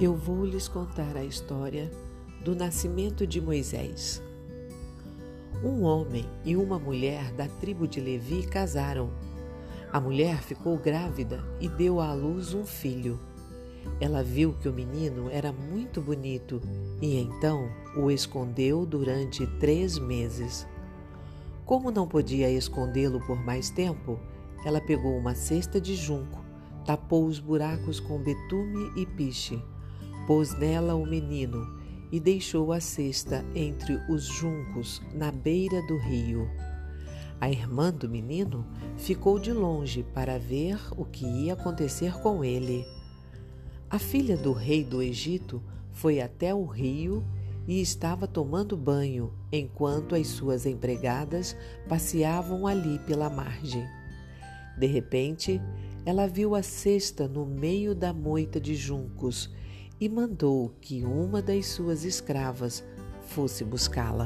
Eu vou lhes contar a história do nascimento de Moisés. Um homem e uma mulher da tribo de Levi casaram. A mulher ficou grávida e deu à luz um filho. Ela viu que o menino era muito bonito e então o escondeu durante 3 meses. Como não podia escondê-lo por mais tempo, ela pegou uma cesta de junco, tapou os buracos com betume e piche, pôs nela o menino e deixou a cesta entre os juncos na beira do rio. A irmã do menino ficou de longe para ver o que ia acontecer com ele. A filha do rei do Egito foi até o rio e estava tomando banho enquanto as suas empregadas passeavam ali pela margem. De repente, ela viu a cesta no meio da moita de juncos e mandou que uma das suas escravas fosse buscá-la.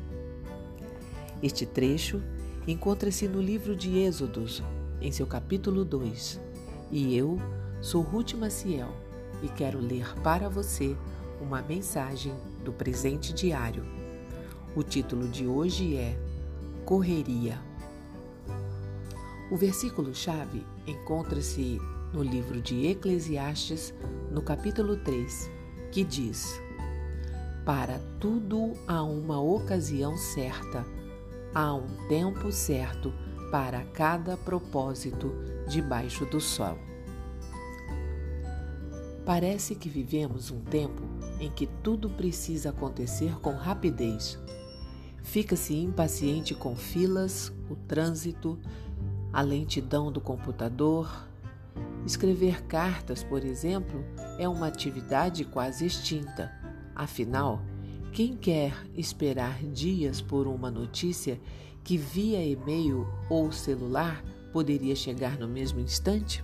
Este trecho encontra-se no livro de Êxodos, em seu capítulo 2. E eu sou Ruth Maciel e quero ler para você uma mensagem do presente diário. O título de hoje é Correria. O versículo-chave encontra-se no livro de Eclesiastes, no capítulo 3, que diz: Para tudo há uma ocasião certa, há um tempo certo para cada propósito debaixo do sol. Parece que vivemos um tempo em que tudo precisa acontecer com rapidez. Fica-se impaciente com filas, o trânsito, a lentidão do computador. Escrever cartas, por exemplo, é uma atividade quase extinta. Afinal, quem quer esperar dias por uma notícia que via e-mail ou celular poderia chegar no mesmo instante?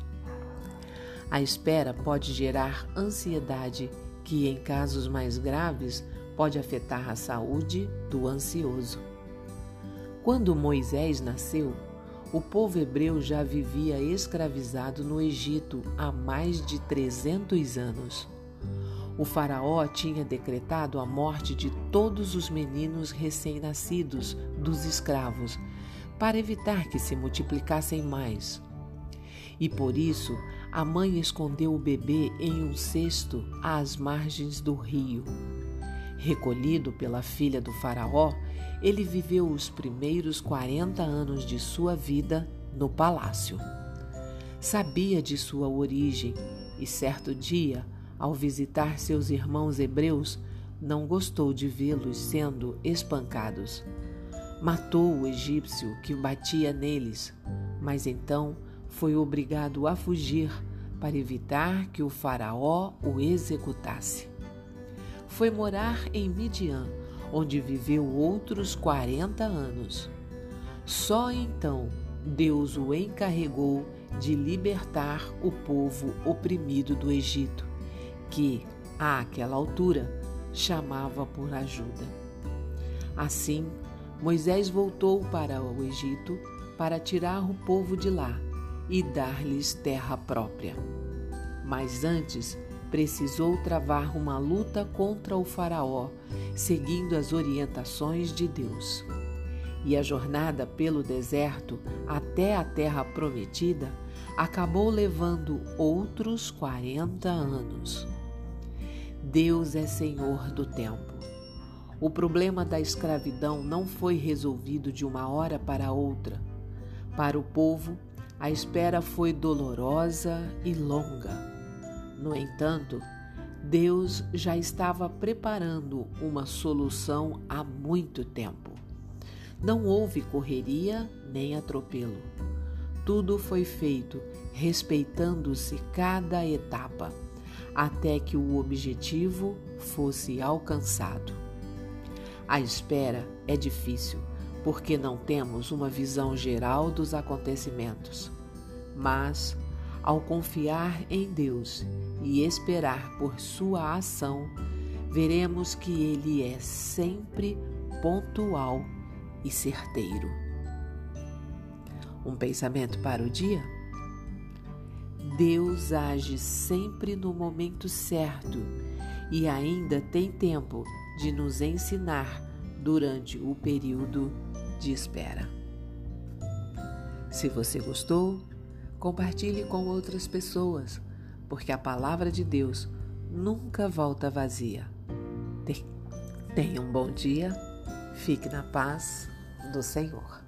A espera pode gerar ansiedade, que em casos mais graves pode afetar a saúde do ansioso. Quando Moisés nasceu, o povo hebreu já vivia escravizado no Egito há mais de 300 anos. O faraó tinha decretado a morte de todos os meninos recém-nascidos dos escravos, para evitar que se multiplicassem mais. E por isso, a mãe escondeu o bebê em um cesto às margens do rio. Recolhido pela filha do faraó, ele viveu os primeiros 40 anos de sua vida no palácio. Sabia de sua origem e certo dia, ao visitar seus irmãos hebreus, não gostou de vê-los sendo espancados. Matou o egípcio que batia neles, mas então foi obrigado a fugir para evitar que o faraó o executasse. Foi morar em Midian, onde viveu outros 40 anos. Só então Deus o encarregou de libertar o povo oprimido do Egito, que, àquela altura, chamava por ajuda. Assim, Moisés voltou para o Egito para tirar o povo de lá e dar-lhes terra própria. Mas antes, precisou travar uma luta contra o faraó, seguindo as orientações de Deus. E a jornada pelo deserto até a terra prometida acabou levando outros 40 anos. Deus é Senhor do tempo. O problema da escravidão não foi resolvido de uma hora para outra. Para o povo, a espera foi dolorosa e longa. No entanto, Deus já estava preparando uma solução há muito tempo. Não houve correria nem atropelo. Tudo foi feito respeitando-se cada etapa, até que o objetivo fosse alcançado. A espera é difícil, porque não temos uma visão geral dos acontecimentos. Mas, ao confiar em Deus e esperar por sua ação, veremos que Ele é sempre pontual e certeiro. Um pensamento para o dia? Deus age sempre no momento certo e ainda tem tempo de nos ensinar durante o período de espera. Se você gostou, compartilhe com outras pessoas, porque a palavra de Deus nunca volta vazia. Tenha um bom dia, fique na paz do Senhor.